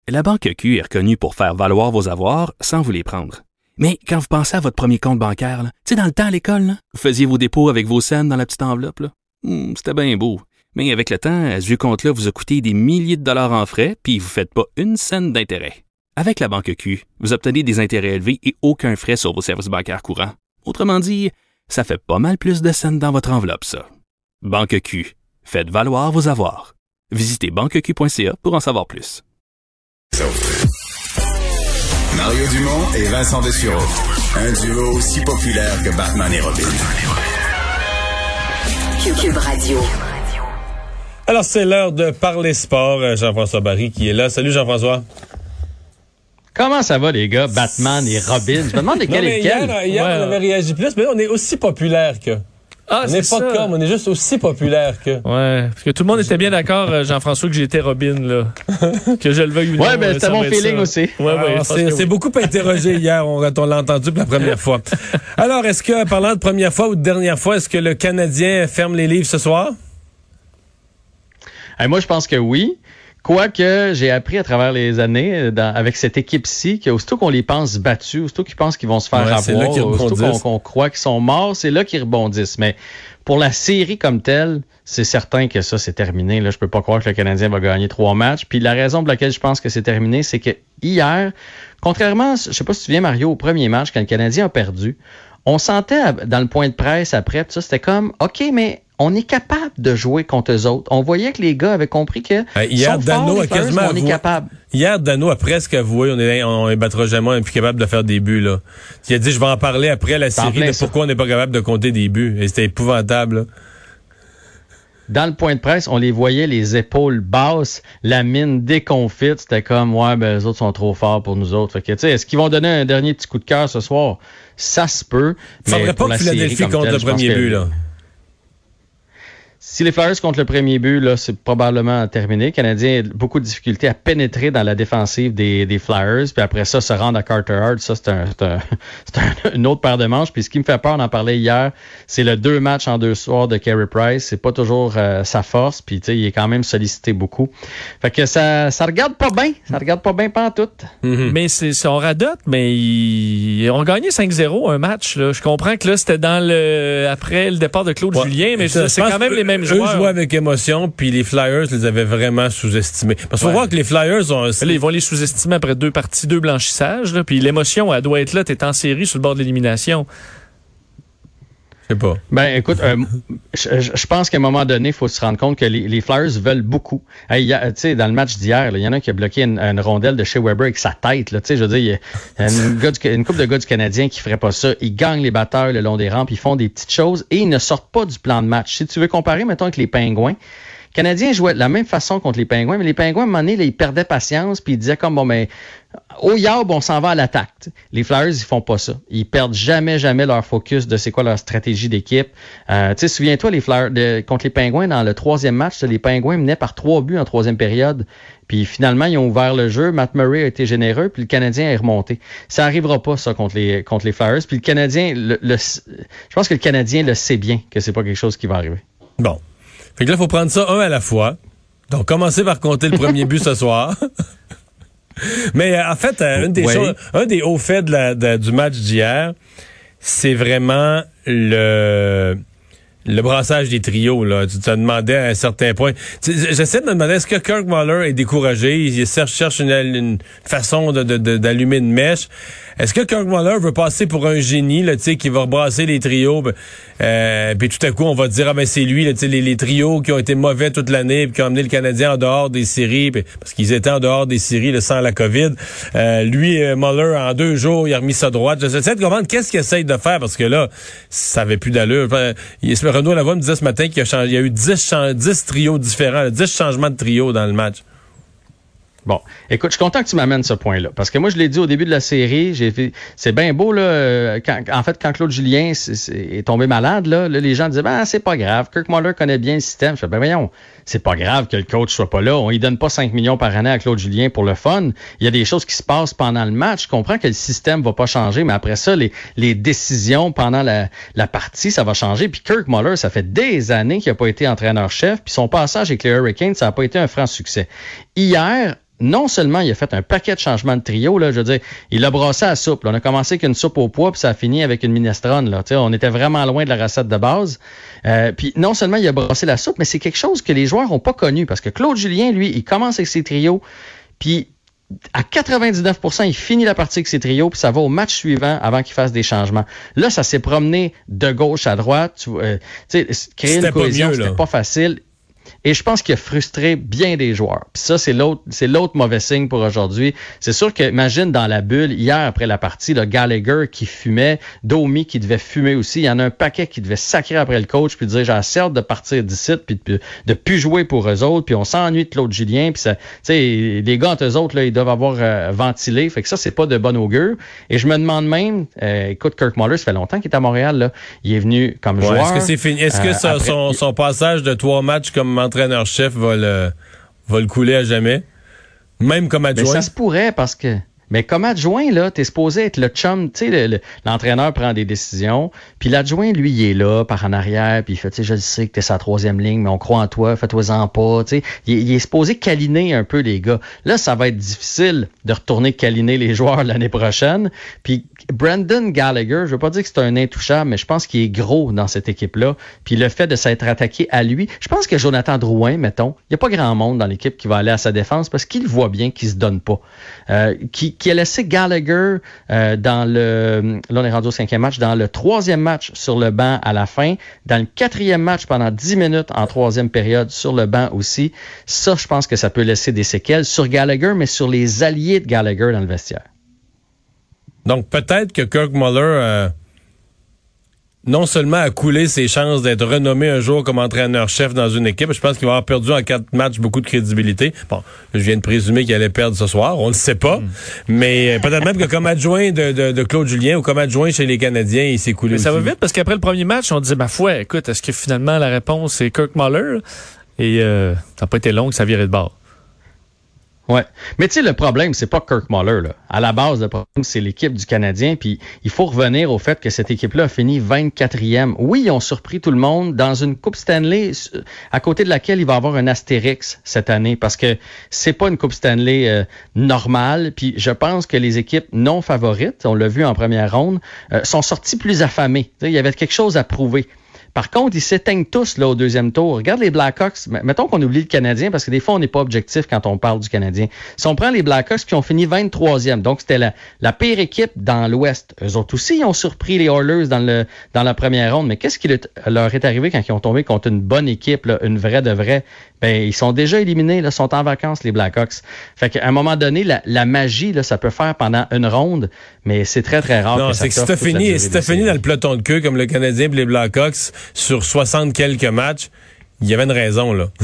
La Banque Q est reconnue pour faire valoir vos avoirs sans vous les prendre. Mais quand vous pensez à votre premier compte bancaire, tu sais, dans le temps à l'école, là, vous faisiez vos dépôts avec vos scènes dans la petite enveloppe. Là. C'était bien beau. Mais avec le temps, ce vieux compte-là vous a coûté des milliers de dollars en frais, puis vous ne faites pas une scène d'intérêt. Avec la Banque Q, vous obtenez des intérêts élevés et aucun frais sur vos services bancaires courants. Autrement dit, ça fait pas mal plus de scènes dans votre enveloppe, ça. Banque Q. Faites valoir vos avoirs. Visitez banqueq.ca pour en savoir plus. Mario Dumont et Vincent Dessureau. Un duo aussi populaire que Batman et Robin. Cube Radio. Alors, c'est l'heure de parler sport. Jean-François Barry qui est là. Salut Jean-François. Comment ça va, les gars? Batman et Robin. Je me demande lequel est lequel. Hier, on avait réagi plus, mais on est aussi populaire que... Ah, on n'est pas comme, on est juste aussi populaire que... Ouais, parce que tout le monde était bien d'accord, Jean-François, que j'étais Robin, là. Que je le veuille ou non. Ouais, ben c'était mon feeling aussi. C'est beaucoup interrogé hier, on l'a entendu pour la première fois. Alors, est-ce que, parlant de première fois ou de dernière fois, est-ce que le Canadien ferme les livres ce soir? Moi, je pense que oui. Quoique, j'ai appris à travers les années, avec cette équipe-ci, qu'aussitôt qu'on les pense battus, aussitôt qu'ils pensent qu'ils vont se faire avoir, aussitôt qu'on croit qu'ils sont morts, c'est là qu'ils rebondissent. Mais pour la série comme telle, c'est certain que ça, c'est terminé. Là, je peux pas croire que le Canadien va gagner 3 matchs. Puis la raison pour laquelle je pense que c'est terminé, c'est que hier, contrairement, je sais pas si tu te souviens, Mario, au premier match, quand le Canadien a perdu, on sentait dans le point de presse après, ça, c'était comme, OK, mais on est capable de jouer contre eux autres. On voyait que les gars avaient compris que hier, Dano a quasiment on est capable. Hier, Dano a presque avoué, on ne battra jamais, on n'est plus capable de faire des buts. Là. Il a dit, je vais en parler après la série de pourquoi on n'est pas capable de compter des buts. Et c'était épouvantable. Là. Dans le point de presse, on les voyait les épaules basses, la mine déconfite. C'était comme, ouais, ben les autres sont trop forts pour nous autres. Fait que, tu sais, est-ce qu'ils vont donner un dernier petit coup de cœur ce soir? Ça se peut. Il ne faudrait pas que Philadelphie compte le premier but, là. Si les Flyers contre le premier but, là, c'est probablement terminé. Le Canadien a beaucoup de difficultés à pénétrer dans la défensive des Flyers. Puis après ça, se rendre à Carter Hart, ça, c'est une autre paire de manches. Puis ce qui me fait peur, on en parlait hier, c'est le 2 matchs en 2 soirs de Carey Price. C'est pas toujours sa force. Puis tu sais, il est quand même sollicité beaucoup. Fait que ça regarde pas bien. Ça regarde pas bien pantoute. Mm-hmm. Mais on radote, mais ils ont gagné 5-0 un match. Là. Je comprends que là, c'était après le départ de Claude Julien, mais c'est quand même les mêmes joueurs. Eux jouaient avec émotion, puis les Flyers les avaient vraiment sous-estimés. Parce qu'il faut voir que les Flyers ont... Là, ils vont les sous-estimer après 2 parties, 2 blanchissages. Là, puis l'émotion, elle doit être là. T'es en série sur le bord de l'élimination. Je sais pas. Ben, écoute, je pense qu'à un moment donné, il faut se rendre compte que les Flyers veulent beaucoup. Tu sais, dans le match d'hier, il y en a un qui a bloqué une rondelle de Shea Weber avec sa tête. Tu sais, je veux dire, il y a une couple de gars du Canadien qui ferait pas ça. Ils gagnent les batteurs le long des rampes, ils font des petites choses et ils ne sortent pas du plan de match. Si tu veux comparer, mettons, avec les Pingouins, les Canadiens jouaient de la même façon contre les Pingouins, mais les Pingouins, à un moment donné, là, ils perdaient patience, puis ils disaient comme, bon, ben, au Yab, on s'en va à l'attaque. T'sais. Les Flyers, ils font pas ça. Ils perdent jamais leur focus de c'est quoi leur stratégie d'équipe. Tu sais, souviens-toi, les Flyers, contre les Pingouins, dans le 3e match, les Pingouins menaient par 3 buts en 3e période. Puis finalement, ils ont ouvert le jeu. Matt Murray a été généreux, puis le Canadien est remonté. Ça arrivera pas, ça, contre les Flyers. Puis le Canadien, je pense que le Canadien le sait bien que c'est pas quelque chose qui va arriver. Bon. Fait que là, il faut prendre ça un à la fois. Donc, commencer par compter le premier but ce soir. Mais en fait, un des hauts faits du match d'hier, c'est vraiment le brassage des trios. Là. Tu te demandais à un certain point. J'essaie de me demander, est-ce que Kirk Muller est découragé? Il cherche une façon d'allumer une mèche. Est-ce que Kirk Muller veut passer pour un génie là, qui va rebrasser les trios? Puis tout à coup, on va dire, ah ben c'est lui, là, les trios qui ont été mauvais toute l'année puis qui ont amené le Canadien en dehors des séries, parce qu'ils étaient en dehors des séries là, sans la COVID. Muller, en 2 jours, il a remis ça droite. J'essaie de comprendre qu'est-ce qu'il essaye de faire, parce que là, ça avait plus d'allure. Renaud Lavoie me disait ce matin qu'il y a eu 10 trios différents, 10 changements de trios dans le match. Bon, écoute, je suis content que tu m'amènes ce point-là, parce que moi, je l'ai dit au début de la série, c'est bien beau, là, quand Claude Julien est tombé malade, là, les gens disaient, ben, c'est pas grave, Kirk Muller connaît bien le système. Je fais, ben, voyons, c'est pas grave que le coach soit pas là, on lui donne pas 5 millions par année à Claude Julien pour le fun. Il y a des choses qui se passent pendant le match, je comprends que le système va pas changer, mais après ça, les décisions pendant la partie, ça va changer. Puis Kirk Muller, ça fait des années qu'il a pas été entraîneur-chef, puis son passage avec les Hurricanes, ça a pas été un franc succès. Hier, non seulement il a fait un paquet de changements de trio, là, je veux dire, il a brassé à la soupe. Là. On a commencé avec une soupe au pois, puis ça a fini avec une minestrone. Là. On était vraiment loin de la recette de base. Puis non seulement il a brassé la soupe, mais c'est quelque chose que les joueurs n'ont pas connu. Parce que Claude Julien, lui, il commence avec ses trios, puis à 99%, il finit la partie avec ses trios, puis ça va au match suivant avant qu'il fasse des changements. Là, ça s'est promené de gauche à droite. Créer une cohésion, c'était pas facile. Et je pense qu'il a frustré bien des joueurs. Puis ça, c'est l'autre mauvais signe pour aujourd'hui. C'est sûr que, imagine dans la bulle, hier après la partie, le Gallagher qui fumait, Domi qui devait fumer aussi. Il y en a un paquet qui devait sacrer après le coach puis dire j'ai assez hâte de partir d'ici puis de plus jouer pour eux autres. Puis on s'ennuie de Claude Julien. Puis ça, tu sais, les gars entre eux autres, là, ils doivent avoir ventilé. Fait que ça, c'est pas de bon augure. Et je me demande même, écoute, Kirk Muller, ça fait longtemps qu'il est à Montréal, là. Il est venu comme joueur. Est-ce que c'est fini? Est-ce que son passage de 3 matchs comme entraîneur-chef va le couler à jamais? Même comme adjoint? Mais ça se pourrait parce que... Mais comme adjoint, là, t'es supposé être le chum. Tu sais, l'entraîneur prend des décisions, puis l'adjoint, lui, il est là, par en arrière, puis il fait, tu sais, je sais que t'es sa 3e ligne, mais on croit en toi, fais-toi-en pas. Tu sais, il est supposé câliner un peu les gars. Là, ça va être difficile de retourner câliner les joueurs l'année prochaine. Puis Brendan Gallagher, je veux pas dire que c'est un intouchable, mais je pense qu'il est gros dans cette équipe-là. Puis le fait de s'être attaqué à lui, je pense que Jonathan Drouin, mettons, il y a pas grand monde dans l'équipe qui va aller à sa défense parce qu'il voit bien qu'il se donne pas. Qui a laissé Gallagher dans le... Là, on est rendu au 5e match. Dans le 3e match sur le banc à la fin. Dans le 4e match pendant 10 minutes en 3e période sur le banc aussi. Ça, je pense que ça peut laisser des séquelles sur Gallagher, mais sur les alliés de Gallagher dans le vestiaire. Donc, peut-être que Kirk Muller... non seulement a coulé ses chances d'être renommé un jour comme entraîneur-chef dans une équipe, je pense qu'il va avoir perdu en 4 matchs beaucoup de crédibilité. Bon, je viens de présumer qu'il allait perdre ce soir, on ne le sait pas, mais peut-être même que comme adjoint de Claude Julien ou comme adjoint chez les Canadiens, il s'est coulé aussi. Ça va vite parce qu'après le premier match, on disait, ma foi, écoute, est-ce que finalement la réponse c'est Kirk Muller? Et ça n'a pas été long que ça virait de bord. Ouais. Mais tu sais, le problème, c'est pas Kirk Muller, là. À la base, le problème, c'est l'équipe du Canadien. Puis il faut revenir au fait que cette équipe-là a fini 24e. Oui, ils ont surpris tout le monde dans une Coupe Stanley à côté de laquelle il va y avoir un astérix cette année parce que c'est pas une Coupe Stanley normale. Puis je pense que les équipes non favorites, on l'a vu en première ronde, sont sorties plus affamées. T'sais, il y avait quelque chose à prouver. Par contre, ils s'éteignent tous là au 2e tour. Regarde les Blackhawks. Mettons qu'on oublie le Canadien parce que des fois, on n'est pas objectif quand on parle du Canadien. Si on prend les Blackhawks qui ont fini 23e, donc c'était la pire équipe dans l'Ouest. Eux autres aussi, ils ont surpris les Oilers dans la première ronde. Mais qu'est-ce qui leur est arrivé quand ils ont tombé contre une bonne équipe, là, une vraie de vraie? Ben, ils sont déjà éliminés, là, sont en vacances, les Blackhawks. Fait qu'à un moment donné, la magie, là, ça peut faire pendant une ronde, mais c'est très, très rare. Non, que ça c'est que si t'as fini dans le peloton de queue comme le Canadien et les Blackhawks sur 60 quelques matchs, il y avait une raison, là.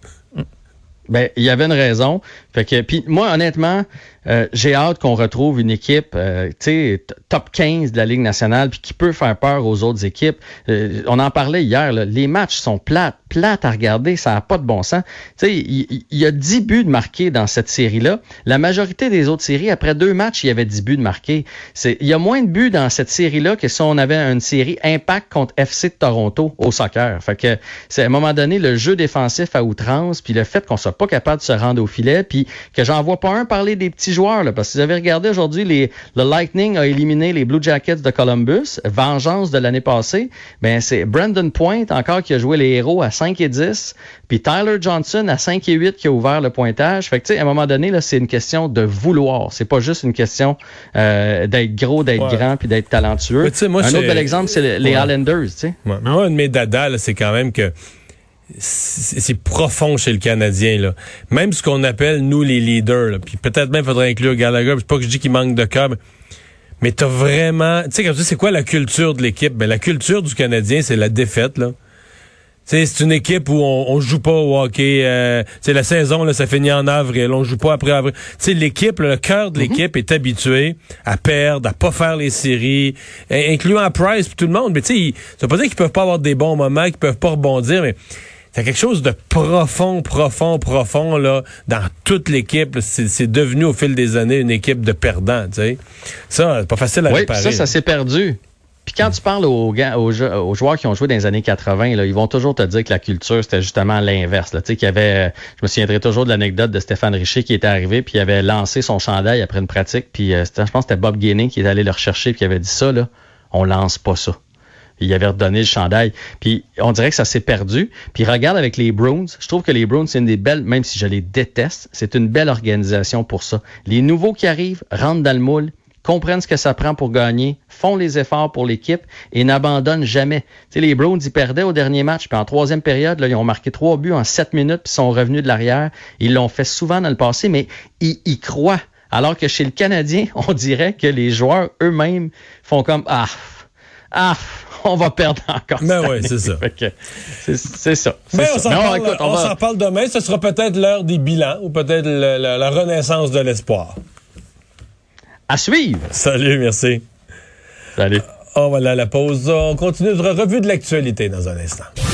Ben, il y avait une raison. Fait que, puis moi, honnêtement, j'ai hâte qu'on retrouve une équipe, tu sais, top 15 de la Ligue nationale, puis qui peut faire peur aux autres équipes. On en parlait hier, là, les matchs sont plates à regarder, ça n'a pas de bon sens. Tu sais, il y a 10 buts de marqués dans cette série-là. La majorité des autres séries, après 2 matchs, il y avait 10 buts de marqués. Il y a moins de buts dans cette série-là que si on avait une série Impact contre FC de Toronto au soccer. Fait que, c'est à un moment donné, le jeu défensif à outrance, puis le fait qu'on soit pas capable de se rendre au filet, puis que j'en vois pas un parler des petits joueurs, là, parce que vous avez regardé aujourd'hui, le Lightning a éliminé les Blue Jackets de Columbus, vengeance de l'année passée, ben c'est Brandon Point encore qui a joué les héros à 5-10, puis Tyler Johnson à 5-8 qui a ouvert le pointage. Fait que tu sais, à un moment donné, là, c'est une question de vouloir. C'est pas juste une question d'être gros, d'être grand, puis d'être talentueux. Moi, un autre bel exemple, c'est les Islanders, tu sais. Ouais. Mais moi, un de mes dadas, là, c'est quand même que c'est profond chez le Canadien, là. Même ce qu'on appelle, nous, les leaders, là. Puis peut-être même faudrait inclure Gallagher. C'est pas que je dis qu'il manque de cœur, mais t'as vraiment... Tu sais, quand tu dis c'est quoi la culture de l'équipe? Ben, la culture du Canadien, c'est la défaite, là. T'sais, c'est une équipe où on joue pas au hockey. La saison, là, ça finit en avril. On joue pas après avril. T'sais, l'équipe, le cœur de l'équipe est habitué à perdre, à pas faire les séries, incluant Price et tout le monde. Mais tu sais, ça veut pas dire qu'ils peuvent pas avoir des bons moments, qu'ils peuvent pas rebondir, mais c'est quelque chose de profond, là, dans toute l'équipe. C'est devenu, au fil des années, une équipe de perdants, tu sais. Ça, c'est pas facile à réparer. Ça s'est perdu. Puis quand tu parles aux joueurs qui ont joué dans les années 80, là, ils vont toujours te dire que la culture, c'était justement l'inverse. Là. Tu sais, qu'il y avait, je me souviendrai toujours de l'anecdote de Stéphane Richer qui était arrivé, puis il avait lancé son chandail après une pratique, puis je pense que c'était Bob Gainey qui est allé le rechercher, puis il avait dit ça, là, on lance pas ça. Il avait redonné le chandail. Puis on dirait que ça s'est perdu. Puis regarde avec les Bruins. Je trouve que les Bruins, c'est une des belles, même si je les déteste, c'est une belle organisation pour ça. Les nouveaux qui arrivent rentrent dans le moule, comprennent ce que ça prend pour gagner, font les efforts pour l'équipe et n'abandonnent jamais. Tu sais, les Bruins, ils perdaient au dernier match. Puis en troisième période, là, ils ont marqué 3 buts en 7 minutes puis sont revenus de l'arrière. Ils l'ont fait souvent dans le passé, mais ils y croient. Alors que chez le Canadien, on dirait que les joueurs eux-mêmes font comme on va perdre encore. Mais oui, c'est ça. C'est ça. Mais on s'en reparle demain. Ce sera peut-être l'heure des bilans ou peut-être la renaissance de l'espoir. À suivre. Salut, merci. Salut. On va aller à la pause. On continue de revue de l'actualité dans un instant.